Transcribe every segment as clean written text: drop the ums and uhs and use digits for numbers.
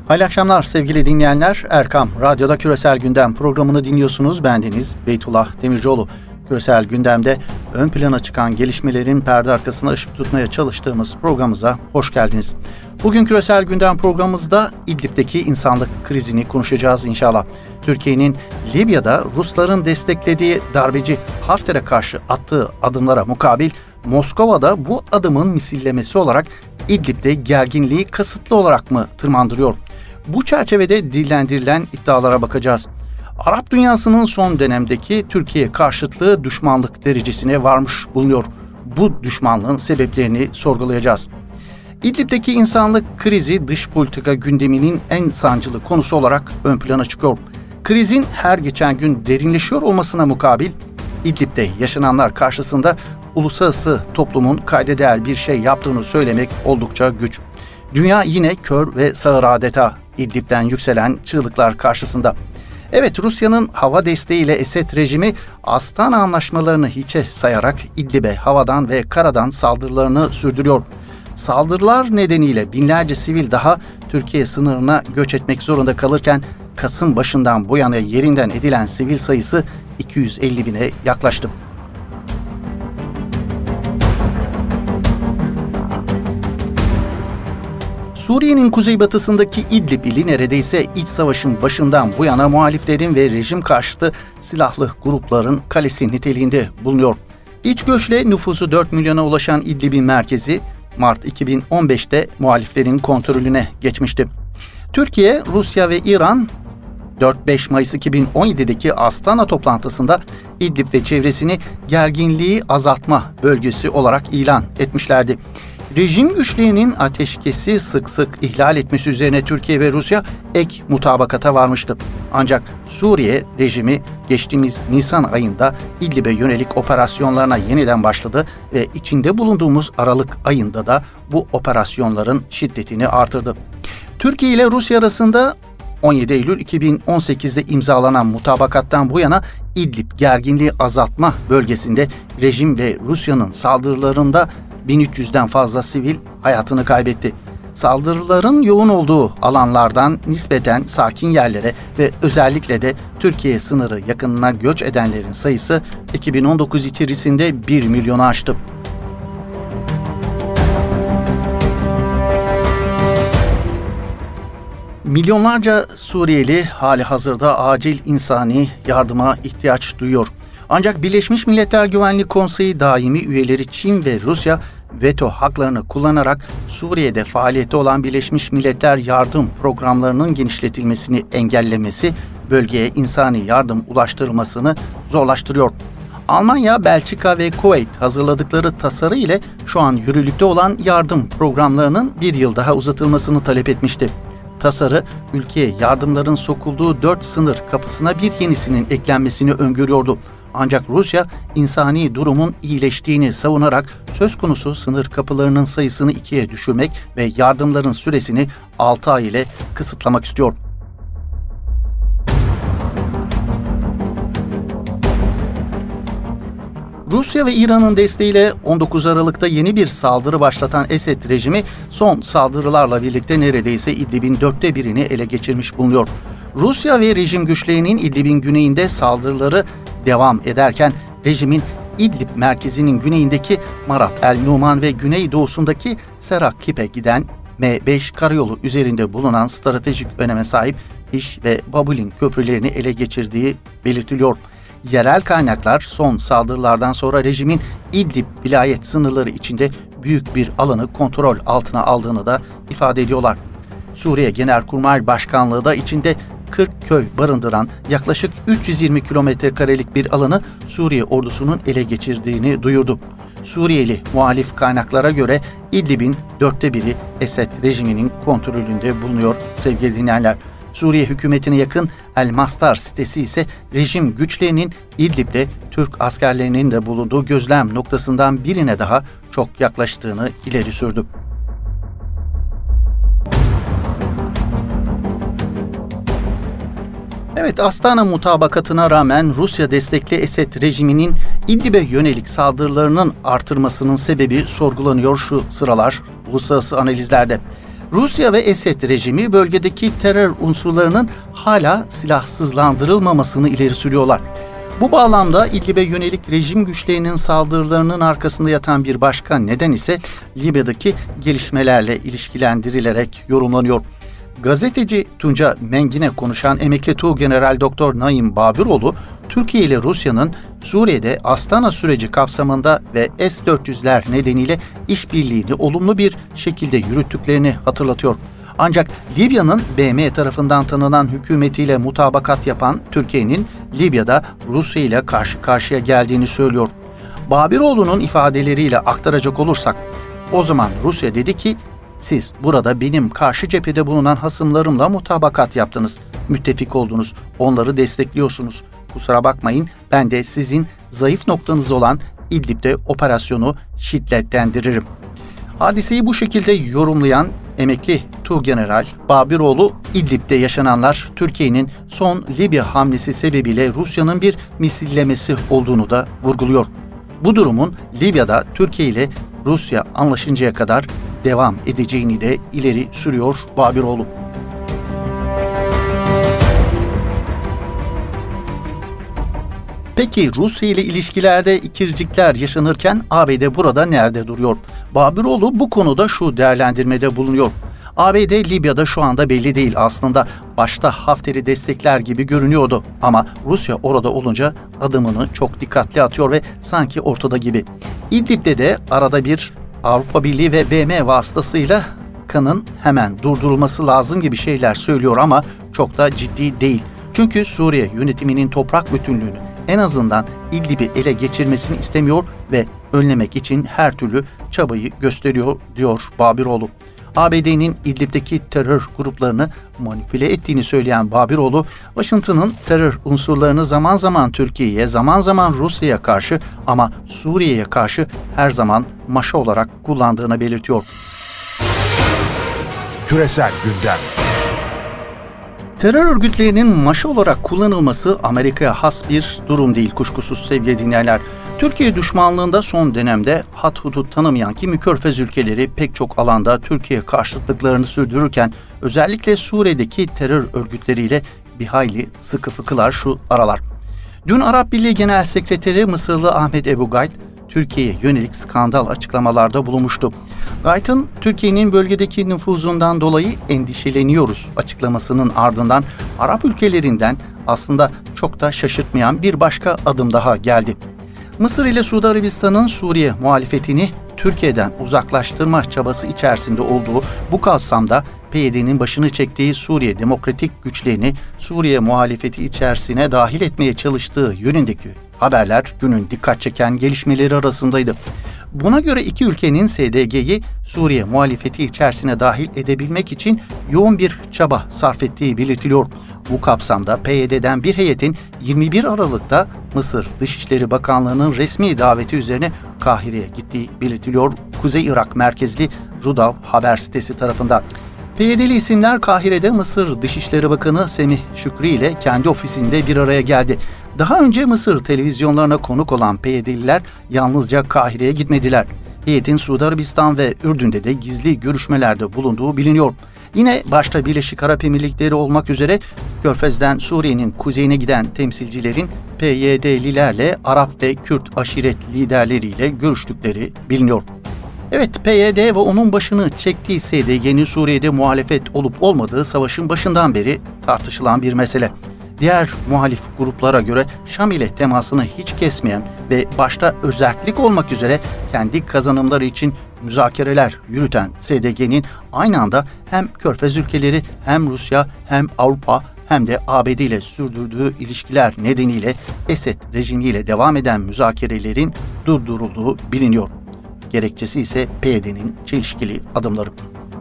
Hayırlı akşamlar sevgili dinleyenler. Erkam Radyo'da Küresel Gündem programını dinliyorsunuz. Bendeniz Beytullah Demircioğlu. Küresel Gündem'de ön plana çıkan gelişmelerin perde arkasına ışık tutmaya çalıştığımız programımıza hoş geldiniz. Bugün Küresel Gündem programımızda İdlib'deki insanlık krizini konuşacağız inşallah. Türkiye'nin Libya'da Rusların desteklediği darbeci Hafter'e karşı attığı adımlara mukabil Moskova'da bu adımın misillemesi olarak İdlib'de gerginliği kasıtlı olarak mı tırmandırıyor? Bu çerçevede dillendirilen iddialara bakacağız. Arap dünyasının son dönemdeki Türkiye karşıtlığı düşmanlık derecesine varmış bulunuyor. Bu düşmanlığın sebeplerini sorgulayacağız. İdlib'deki insanlık krizi dış politika gündeminin en sancılı konusu olarak ön plana çıkıyor. Krizin her geçen gün derinleşiyor olmasına mukabil İdlib'de yaşananlar karşısında uluslararası toplumun kayda değer bir şey yaptığını söylemek oldukça güç. Dünya yine kör ve sağır adeta İdlib'den yükselen çığlıklar karşısında. Evet, Rusya'nın hava desteğiyle Esed rejimi Astana anlaşmalarını hiçe sayarak İdlib'e havadan ve karadan saldırılarını sürdürüyor. Saldırılar nedeniyle binlerce sivil daha Türkiye sınırına göç etmek zorunda kalırken Kasım başından bu yana yerinden edilen sivil sayısı 250 bine yaklaştı. Suriye'nin kuzeybatısındaki İdlib ili neredeyse iç savaşın başından bu yana muhaliflerin ve rejim karşıtı silahlı grupların kalesi niteliğinde bulunuyor. İç göçle nüfusu 4 milyona ulaşan İdlib'in merkezi Mart 2015'te muhaliflerin kontrolüne geçmişti. Türkiye, Rusya ve İran 4-5 Mayıs 2017'deki Astana toplantısında İdlib ve çevresini gerginliği azaltma bölgesi olarak ilan etmişlerdi. Rejim güçlerinin ateşkesi sık sık ihlal etmesi üzerine Türkiye ve Rusya ek mutabakata varmıştı. Ancak Suriye rejimi geçtiğimiz Nisan ayında İdlib'e yönelik operasyonlarına yeniden başladı ve içinde bulunduğumuz Aralık ayında da bu operasyonların şiddetini artırdı. Türkiye ile Rusya arasında 17 Eylül 2018'de imzalanan mutabakattan bu yana İdlib gerginliği azaltma bölgesinde rejim ve Rusya'nın saldırılarında 1300'den fazla sivil hayatını kaybetti. Saldırıların yoğun olduğu alanlardan nispeten sakin yerlere ve özellikle de Türkiye sınırı yakınına göç edenlerin sayısı 2019 içerisinde 1 milyonu aştı. Milyonlarca Suriyeli hali hazırda acil insani yardıma ihtiyaç duyuyor. Ancak Birleşmiş Milletler Güvenlik Konseyi daimi üyeleri Çin ve Rusya veto haklarını kullanarak Suriye'de faaliyette olan Birleşmiş Milletler yardım programlarının genişletilmesini engellemesi bölgeye insani yardım ulaştırılmasını zorlaştırıyor. Almanya, Belçika ve Kuveyt hazırladıkları tasarı ile şu an yürürlükte olan yardım programlarının bir yıl daha uzatılmasını talep etmişti. Tasarı, ülkeye yardımların sokulduğu 4 sınır kapısına bir yenisinin eklenmesini öngörüyordu. Ancak Rusya, insani durumun iyileştiğini savunarak söz konusu sınır kapılarının sayısını 2'ye düşürmek ve yardımların süresini 6 ay ile kısıtlamak istiyor. Rusya ve İran'ın desteğiyle 19 Aralık'ta yeni bir saldırı başlatan Esed rejimi son saldırılarla birlikte neredeyse İdlib'in 1/4'ünü ele geçirmiş bulunuyor. Rusya ve rejim güçlerinin İdlib'in güneyinde saldırıları devam ederken rejimin İdlib merkezinin güneyindeki Marat El Numan ve güneydoğusundaki Serakip'e giden M5 karayolu üzerinde bulunan stratejik öneme sahip İş ve Babulin köprülerini ele geçirdiği belirtiliyor. Yerel kaynaklar son saldırılardan sonra rejimin İdlib vilayet sınırları içinde büyük bir alanı kontrol altına aldığını da ifade ediyorlar. Suriye Genelkurmay Başkanlığı da içinde 40 köy barındıran yaklaşık 320 kilometrekarelik bir alanı Suriye ordusunun ele geçirdiğini duyurdu. Suriyeli muhalif kaynaklara göre İdlib'in 1/4'ü Esed rejiminin kontrolünde bulunuyor sevgili dinleyenler. Suriye hükümetine yakın El Mastar sitesi ise rejim güçlerinin İdlib'de Türk askerlerinin de bulunduğu gözlem noktasından birine daha çok yaklaştığını ileri sürdü. Evet, Astana mutabakatına rağmen Rusya destekli Esed rejiminin İdlib'e yönelik saldırılarının artırmasının sebebi sorgulanıyor şu sıralar uluslararası analizlerde. Rusya ve Esed rejimi bölgedeki terör unsurlarının hala silahsızlandırılmamasını ileri sürüyorlar. Bu bağlamda İdlib'e yönelik rejim güçlerinin saldırılarının arkasında yatan bir başka neden ise Libya'daki gelişmelerle ilişkilendirilerek yorumlanıyor. Gazeteci Tunca Mengin'e konuşan emekli Tuğgeneral Doktor Naim Babiroğlu, Türkiye ile Rusya'nın Suriye'de Astana süreci kapsamında ve S-400'ler nedeniyle işbirliğini olumlu bir şekilde yürüttüklerini hatırlatıyor. Ancak Libya'nın BM tarafından tanınan hükümetiyle mutabakat yapan Türkiye'nin Libya'da Rusya ile karşı karşıya geldiğini söylüyor. Babiroğlu'nun ifadeleriyle aktaracak olursak, o zaman Rusya dedi ki, siz burada benim karşı cephede bulunan hasımlarımla mutabakat yaptınız, müttefik oldunuz, onları destekliyorsunuz. Kusura bakmayın, ben de sizin zayıf noktanız olan İdlib'de operasyonu şiddetlendiririm. Hadiseyi bu şekilde yorumlayan emekli Tuğgeneral Babiroğlu, İdlib'de yaşananlar Türkiye'nin son Libya hamlesi sebebiyle Rusya'nın bir misillemesi olduğunu da vurguluyor. Bu durumun Libya'da Türkiye ile Rusya anlaşıncaya kadar devam edeceğini de ileri sürüyor Babiroğlu. Peki Rusya ile ilişkilerde ikircikler yaşanırken ABD burada nerede duruyor? Babiroğlu bu konuda şu değerlendirmede bulunuyor. ABD Libya'da şu anda belli değil, aslında başta Hafter'i destekler gibi görünüyordu ama Rusya orada olunca adımını çok dikkatli atıyor ve sanki ortada gibi. İdlib'de de arada bir Avrupa Birliği ve BM vasıtasıyla kanın hemen durdurulması lazım gibi şeyler söylüyor ama çok da ciddi değil. Çünkü Suriye yönetiminin toprak bütünlüğünü, en azından İdlib'i ele geçirmesini istemiyor ve önlemek için her türlü çabayı gösteriyor, diyor Babiroğlu. ABD'nin İdlib'deki terör gruplarını manipüle ettiğini söyleyen Babiroğlu, Washington'ın terör unsurlarını zaman zaman Türkiye'ye, zaman zaman Rusya'ya karşı ama Suriye'ye karşı her zaman maşa olarak kullandığını belirtiyor. Küresel gündem. Terör örgütlerinin maşa olarak kullanılması Amerika'ya has bir durum değil kuşkusuz sevgili dinleyenler. Türkiye düşmanlığında son dönemde had hudut tanımayan kimi körfez ülkeleri pek çok alanda Türkiye karşıtlıklarını sürdürürken özellikle Suriye'deki terör örgütleriyle bir hayli sıkı fıkılar şu aralar. Dün Arap Birliği Genel Sekreteri Mısırlı Ahmet Ebu Gayt, Türkiye'ye yönelik skandal açıklamalarda bulunmuştu. Gayt'ın Türkiye'nin bölgedeki nüfuzundan dolayı endişeleniyoruz açıklamasının ardından Arap ülkelerinden aslında çok da şaşırtmayan bir başka adım daha geldi. Mısır ile Suudi Arabistan'ın Suriye muhalefetini Türkiye'den uzaklaştırma çabası içerisinde olduğu bu kapsamda PYD'nin başını çektiği Suriye Demokratik Güçlerini Suriye muhalefeti içerisine dahil etmeye çalıştığı yönündeki haberler günün dikkat çeken gelişmeleri arasındaydı. Buna göre iki ülkenin SDG'yi Suriye muhalefeti içerisine dahil edebilmek için yoğun bir çaba sarf ettiği belirtiliyor. Bu kapsamda PYD'den bir heyetin 21 Aralık'ta Mısır Dışişleri Bakanlığı'nın resmi daveti üzerine Kahire'ye gittiği belirtiliyor. Kuzey Irak merkezli Rudav haber sitesi tarafından. PYD'li isimler Kahire'de Mısır Dışişleri Bakanı Semih Şükrü ile kendi ofisinde bir araya geldi. Daha önce Mısır televizyonlarına konuk olan PYD'liler yalnızca Kahire'ye gitmediler. Heyetin Suudi Arabistan ve Ürdün'de de gizli görüşmelerde bulunduğu biliniyor. Yine başta Birleşik Arap Emirlikleri olmak üzere Körfez'den Suriye'nin kuzeyine giden temsilcilerin PYD'lilerle Arap ve Kürt aşiret liderleriyle görüştükleri biliniyor. Evet, PYD ve onun başını çektiği SDG'nin Suriye'de muhalefet olup olmadığı savaşın başından beri tartışılan bir mesele. Diğer muhalif gruplara göre Şam ile temasını hiç kesmeyen ve başta özerklik olmak üzere kendi kazanımları için müzakereler yürüten SDG'nin aynı anda hem Körfez ülkeleri hem Rusya hem Avrupa hem de ABD ile sürdürdüğü ilişkiler nedeniyle Esed rejimiyle devam eden müzakerelerin durdurulduğu biliniyor. Gerekçesi ise PYD'nin çelişkili adımları.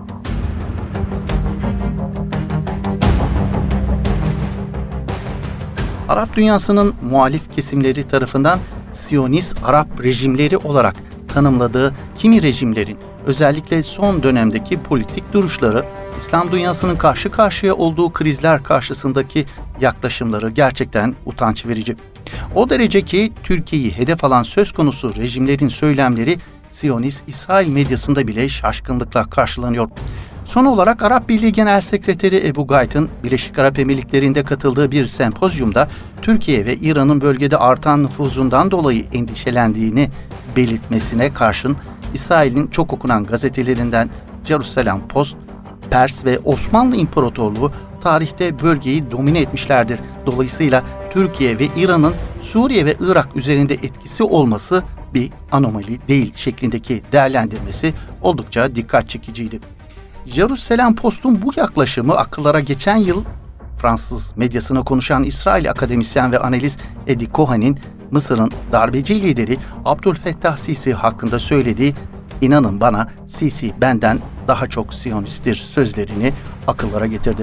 Arap dünyasının muhalif kesimleri tarafından Siyonist Arap rejimleri olarak tanımladığı kimi rejimlerin özellikle son dönemdeki politik duruşları, İslam dünyasının karşı karşıya olduğu krizler karşısındaki yaklaşımları gerçekten utanç verici. O derece ki Türkiye'yi hedef alan söz konusu rejimlerin söylemleri Siyonist İsrail medyasında bile şaşkınlıkla karşılanıyor. Son olarak Arap Birliği Genel Sekreteri Ebu Gayt'ın Birleşik Arap Emirlikleri'nde katıldığı bir sempozyumda Türkiye ve İran'ın bölgede artan nüfuzundan dolayı endişelendiğini belirtmesine karşın İsrail'in çok okunan gazetelerinden Jerusalem Post, Pers ve Osmanlı İmparatorluğu tarihte bölgeyi domine etmişlerdir. Dolayısıyla Türkiye ve İran'ın Suriye ve Irak üzerinde etkisi olması bir anomali değil şeklindeki değerlendirmesi oldukça dikkat çekiciydi. Jerusalem Post'un bu yaklaşımı akıllara geçen yıl Fransız medyasına konuşan İsrail akademisyen ve analist Edi Cohen'in Mısır'ın darbeci lideri Abdülfettah Sisi hakkında söylediği "İnanın bana Sisi benden daha çok Siyonisttir" sözlerini akıllara getirdi.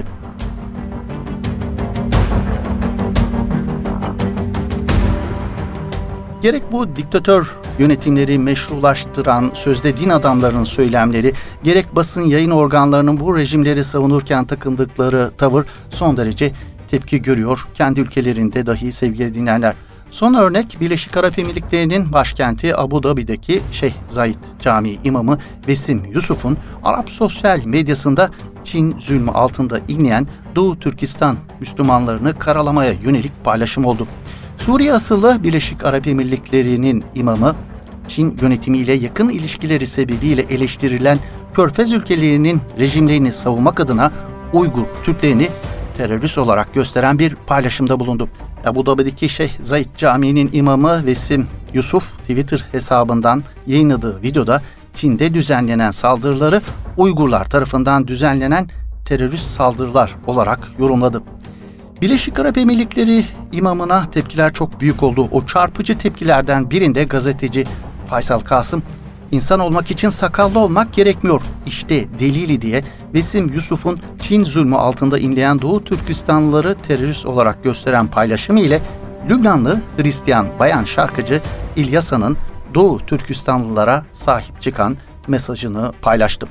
Gerek bu diktatör yönetimleri meşrulaştıran sözde din adamlarının söylemleri, gerek basın yayın organlarının bu rejimleri savunurken takındıkları tavır son derece tepki görüyor kendi ülkelerinde dahi sevgili dinleyenler. Son örnek Birleşik Arap Emirlikleri'nin başkenti Abu Dhabi'deki Şeyh Zayed Camii imamı Vesim Yusuf'un Arap sosyal medyasında Çin zulmü altında inleyen Doğu Türkistan Müslümanlarını karalamaya yönelik paylaşım oldu. Suriye asıllı Birleşik Arap Emirlikleri'nin imamı, Çin yönetimiyle yakın ilişkileri sebebiyle eleştirilen Körfez ülkelerinin rejimlerini savunmak adına Uygur Türklerini terörist olarak gösteren bir paylaşımda bulundu. Abu Dhabi'deki Şeyh Zayed Camii'nin imamı Vesim Yusuf Twitter hesabından yayınladığı videoda Çin'de düzenlenen saldırıları Uygurlar tarafından düzenlenen terörist saldırılar olarak yorumladı. Birleşik Arap Emirlikleri imamına tepkiler çok büyük oldu. O çarpıcı tepkilerden birinde gazeteci Faysal Kasım, "İnsan olmak için sakallı olmak gerekmiyor. İşte delili" diye Vesim Yusuf'un Çin zulmü altında inleyen Doğu Türkistanlıları terörist olarak gösteren paylaşımı ile Lübnanlı Hristiyan bayan şarkıcı İlyasa'nın Doğu Türkistanlılara sahip çıkan mesajını paylaştı.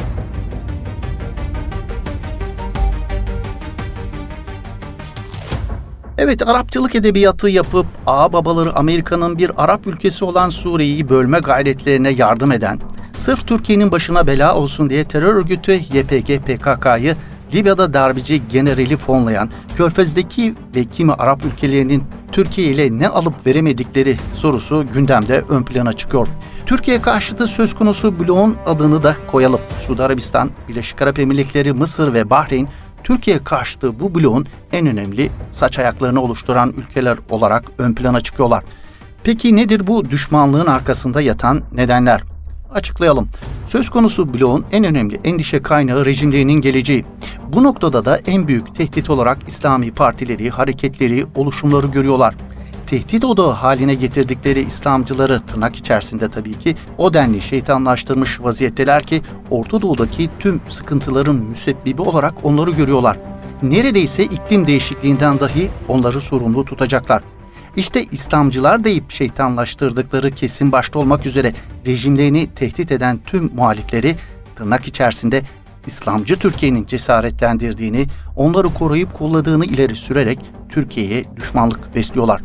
Evet, Arapçılık edebiyatı yapıp ağababaları Amerika'nın bir Arap ülkesi olan Suriye'yi bölme gayretlerine yardım eden, sırf Türkiye'nin başına bela olsun diye terör örgütü YPG-PKK'yı Libya'da darbeci generali fonlayan, Körfez'deki ve kimi Arap ülkelerinin Türkiye ile ne alıp veremedikleri sorusu gündemde ön plana çıkıyor. Türkiye karşıtı söz konusu bloğun adını da koyalım. Suudi Arabistan, Birleşik Arap Emirlikleri, Mısır ve Bahreyn, Türkiye karşıtı bu bloğun en önemli saç ayaklarını oluşturan ülkeler olarak ön plana çıkıyorlar. Peki nedir bu düşmanlığın arkasında yatan nedenler? Açıklayalım. Söz konusu bloğun en önemli endişe kaynağı rejimlerinin geleceği. Bu noktada da en büyük tehdit olarak İslami partileri, hareketleri, oluşumları görüyorlar. Tehdit odağı haline getirdikleri İslamcıları tırnak içerisinde tabii ki o denli şeytanlaştırmış vaziyetteler ki Orta Doğu'daki tüm sıkıntıların müsebbibi olarak onları görüyorlar. Neredeyse iklim değişikliğinden dahi onları sorumlu tutacaklar. İşte İslamcılar deyip şeytanlaştırdıkları kesim başta olmak üzere rejimlerini tehdit eden tüm muhalifleri tırnak içerisinde İslamcı Türkiye'nin cesaretlendirdiğini, onları koruyup kolladığını ileri sürerek Türkiye'ye düşmanlık besliyorlar.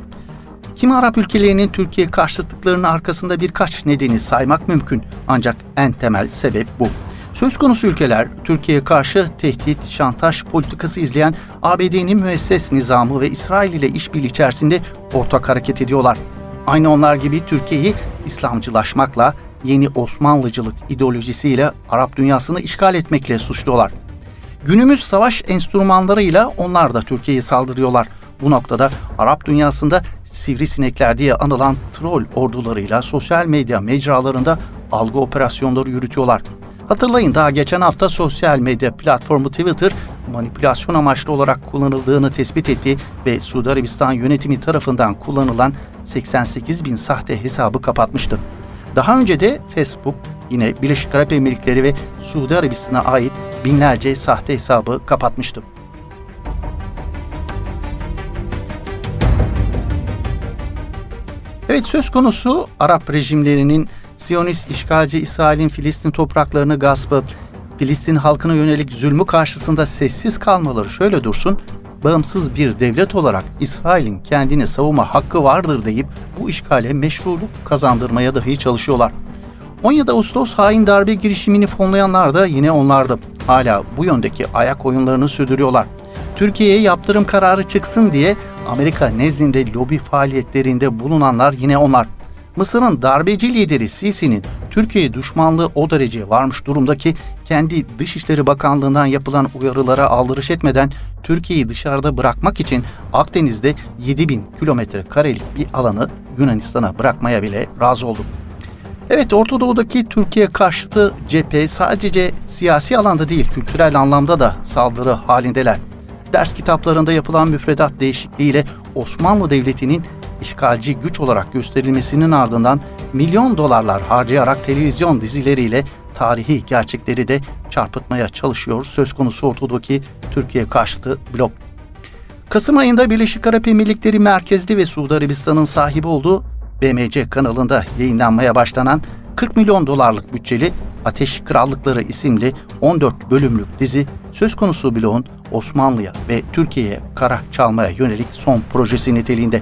Kimi Arap ülkelerinin Türkiye karşıtlıklarının arkasında birkaç nedeni saymak mümkün. Ancak en temel sebep bu. Söz konusu ülkeler Türkiye'ye karşı tehdit, şantaj politikası izleyen ABD'nin müesses nizamı ve İsrail ile işbirliği içerisinde ortak hareket ediyorlar. Aynı onlar gibi Türkiye'yi İslamcılaşmakla, yeni Osmanlıcılık ideolojisiyle Arap dünyasını işgal etmekle suçluyorlar. Günümüz savaş enstrümanlarıyla onlar da Türkiye'ye saldırıyorlar. Bu noktada Arap dünyasında sivrisinekler diye anılan troll ordularıyla sosyal medya mecralarında algı operasyonları yürütüyorlar. Hatırlayın, daha geçen hafta sosyal medya platformu Twitter manipülasyon amaçlı olarak kullanıldığını tespit etti ve Suudi Arabistan yönetimi tarafından kullanılan 88 bin sahte hesabı kapatmıştı. Daha önce de Facebook yine Birleşik Arap Emirlikleri ve Suudi Arabistan'a ait binlerce sahte hesabı kapatmıştı. Evet, söz konusu Arap rejimlerinin Siyonist işgalci İsrail'in Filistin topraklarını gaspı, Filistin halkına yönelik zulmü karşısında sessiz kalmaları şöyle dursun, bağımsız bir devlet olarak İsrail'in kendini savunma hakkı vardır deyip bu işgale meşruluk kazandırmaya dahi çalışıyorlar. 17 Ağustos hain darbe girişimini fonlayanlar da yine onlardı. Hala bu yöndeki ayak oyunlarını sürdürüyorlar. Türkiye'ye yaptırım kararı çıksın diye Amerika nezdinde lobi faaliyetlerinde bulunanlar yine onlar. Mısır'ın darbeci lideri Sisi'nin Türkiye düşmanlığı o derece varmış durumda ki kendi Dışişleri Bakanlığı'ndan yapılan uyarılara aldırış etmeden Türkiye'yi dışarıda bırakmak için Akdeniz'de 7.000 kilometre karelik bir alanı Yunanistan'a bırakmaya bile razı oldu. Evet, Orta Doğu'daki Türkiye karşıtı cephe sadece siyasi alanda değil, kültürel anlamda da saldırı halindeler. Ders kitaplarında yapılan müfredat değişikliğiyle Osmanlı Devleti'nin işgalci güç olarak gösterilmesinin ardından milyon dolarlar harcayarak televizyon dizileriyle tarihi gerçekleri de çarpıtmaya çalışıyor söz konusu Ortadoğu'daki Türkiye karşıtı blok. Kasım ayında Birleşik Arap Emirlikleri merkezli ve Suudi Arabistan'ın sahibi olduğu BMC kanalında yayınlanmaya başlanan 40 milyon dolarlık bütçeli Ateş Krallıkları isimli 14 bölümlük dizi söz konusu bloğun Osmanlı'ya ve Türkiye'ye kara çalmaya yönelik son projesi niteliğinde.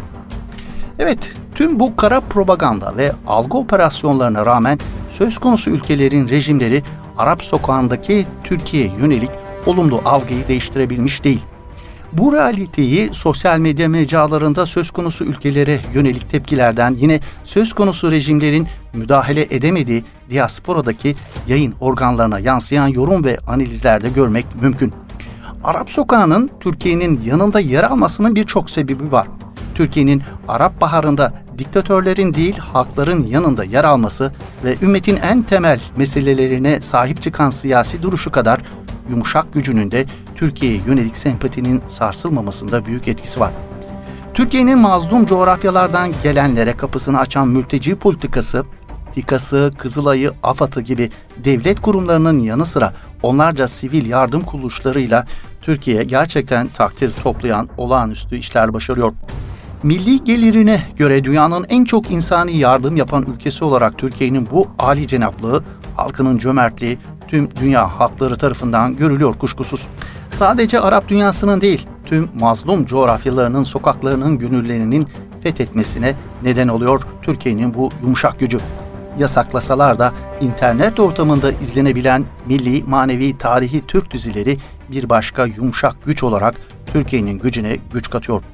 Evet, tüm bu kara propaganda ve algı operasyonlarına rağmen söz konusu ülkelerin rejimleri Arap sokağındaki Türkiye'ye yönelik olumlu algıyı değiştirebilmiş değil. Bu realiteyi sosyal medya mecralarında söz konusu ülkelere yönelik tepkilerden yine söz konusu rejimlerin müdahale edemediği diasporadaki yayın organlarına yansıyan yorum ve analizlerde görmek mümkün. Arap sokağının Türkiye'nin yanında yer almasının birçok sebebi var. Türkiye'nin Arap Baharı'nda diktatörlerin değil halkların yanında yer alması ve ümmetin en temel meselelerine sahip çıkan siyasi duruşu kadar yumuşak gücünün de Türkiye'ye yönelik sempatinin sarsılmamasında büyük etkisi var. Türkiye'nin mazlum coğrafyalardan gelenlere kapısını açan mülteci politikası, TİKA'sı, Kızılay'ı, AFAD'ı gibi devlet kurumlarının yanı sıra onlarca sivil yardım kuruluşlarıyla Türkiye gerçekten takdir toplayan olağanüstü işler başarıyor. Milli gelirine göre dünyanın en çok insani yardım yapan ülkesi olarak Türkiye'nin bu âlicenaplığı, halkının cömertliği tüm dünya halkları tarafından görülüyor kuşkusuz. Sadece Arap dünyasının değil, tüm mazlum coğrafyalarının sokaklarının gönüllerinin fethetmesine neden oluyor Türkiye'nin bu yumuşak gücü. Yasaklasalar da internet ortamında izlenebilen milli, manevi, tarihi Türk dizileri bir başka yumuşak güç olarak Türkiye'nin gücüne güç katıyor.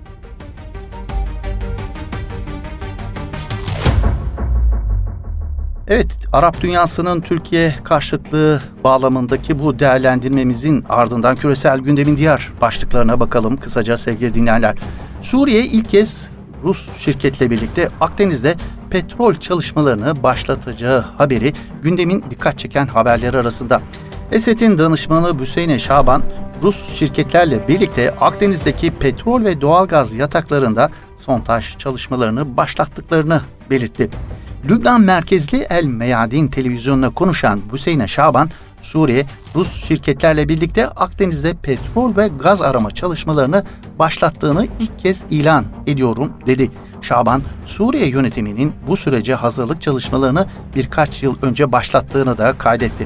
Evet, Arap dünyasının Türkiye karşıtlığı bağlamındaki bu değerlendirmemizin ardından küresel gündemin diğer başlıklarına bakalım kısaca sevgili dinleyenler. Suriye ilk kez Rus şirketle birlikte Akdeniz'de petrol çalışmalarını başlatacağı haberi gündemin dikkat çeken haberleri arasında. Esed'in danışmanı Büseyne Şaban, Rus şirketlerle birlikte Akdeniz'deki petrol ve doğalgaz yataklarında sondaj çalışmalarını başlattıklarını belirtti. Lübnan merkezli El Meyadin televizyonuna konuşan Büseyne Şaban, Suriye, Rus şirketlerle birlikte Akdeniz'de petrol ve gaz arama çalışmalarını başlattığını ilk kez ilan ediyorum dedi. Şaban, Suriye yönetiminin bu sürece hazırlık çalışmalarını birkaç yıl önce başlattığını da kaydetti.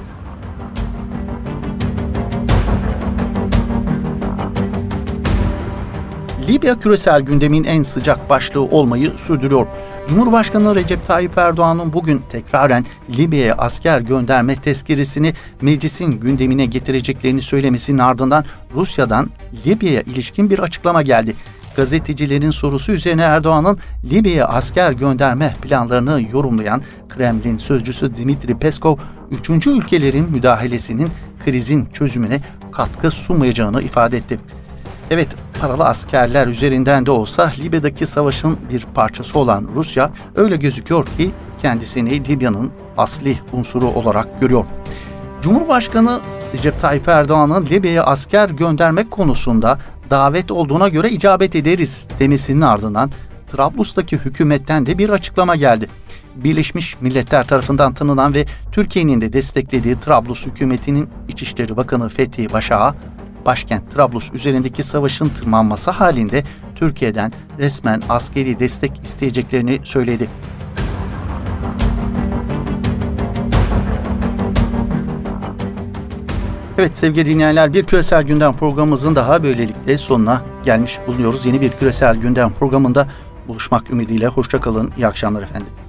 Libya küresel gündemin en sıcak başlığı olmayı sürdürüyor. Cumhurbaşkanı Recep Tayyip Erdoğan'ın bugün tekraren Libya'ya asker gönderme tezkeresini meclisin gündemine getireceklerini söylemesinin ardından Rusya'dan Libya'ya ilişkin bir açıklama geldi. Gazetecilerin sorusu üzerine Erdoğan'ın Libya'ya asker gönderme planlarını yorumlayan Kremlin sözcüsü Dmitri Peskov, üçüncü ülkelerin müdahalesinin krizin çözümüne katkı sunmayacağını ifade etti. Evet, paralı askerler üzerinden de olsa Libya'daki savaşın bir parçası olan Rusya öyle gözüküyor ki kendisini Libya'nın asli unsuru olarak görüyor. Cumhurbaşkanı Recep Tayyip Erdoğan'ın Libya'ya asker göndermek konusunda davet olduğuna göre icabet ederiz demesinin ardından Trablus'taki hükümetten de bir açıklama geldi. Birleşmiş Milletler tarafından tanınan ve Türkiye'nin de desteklediği Trablus hükümetinin İçişleri Bakanı Fethi Başak'a başkent Trablus üzerindeki savaşın tırmanması halinde Türkiye'den resmen askeri destek isteyeceklerini söyledi. Evet sevgili dinleyenler, bir küresel gündem programımızın daha böylelikle sonuna gelmiş bulunuyoruz. Yeni bir küresel gündem programında buluşmak ümidiyle hoşça kalın. İyi akşamlar efendim.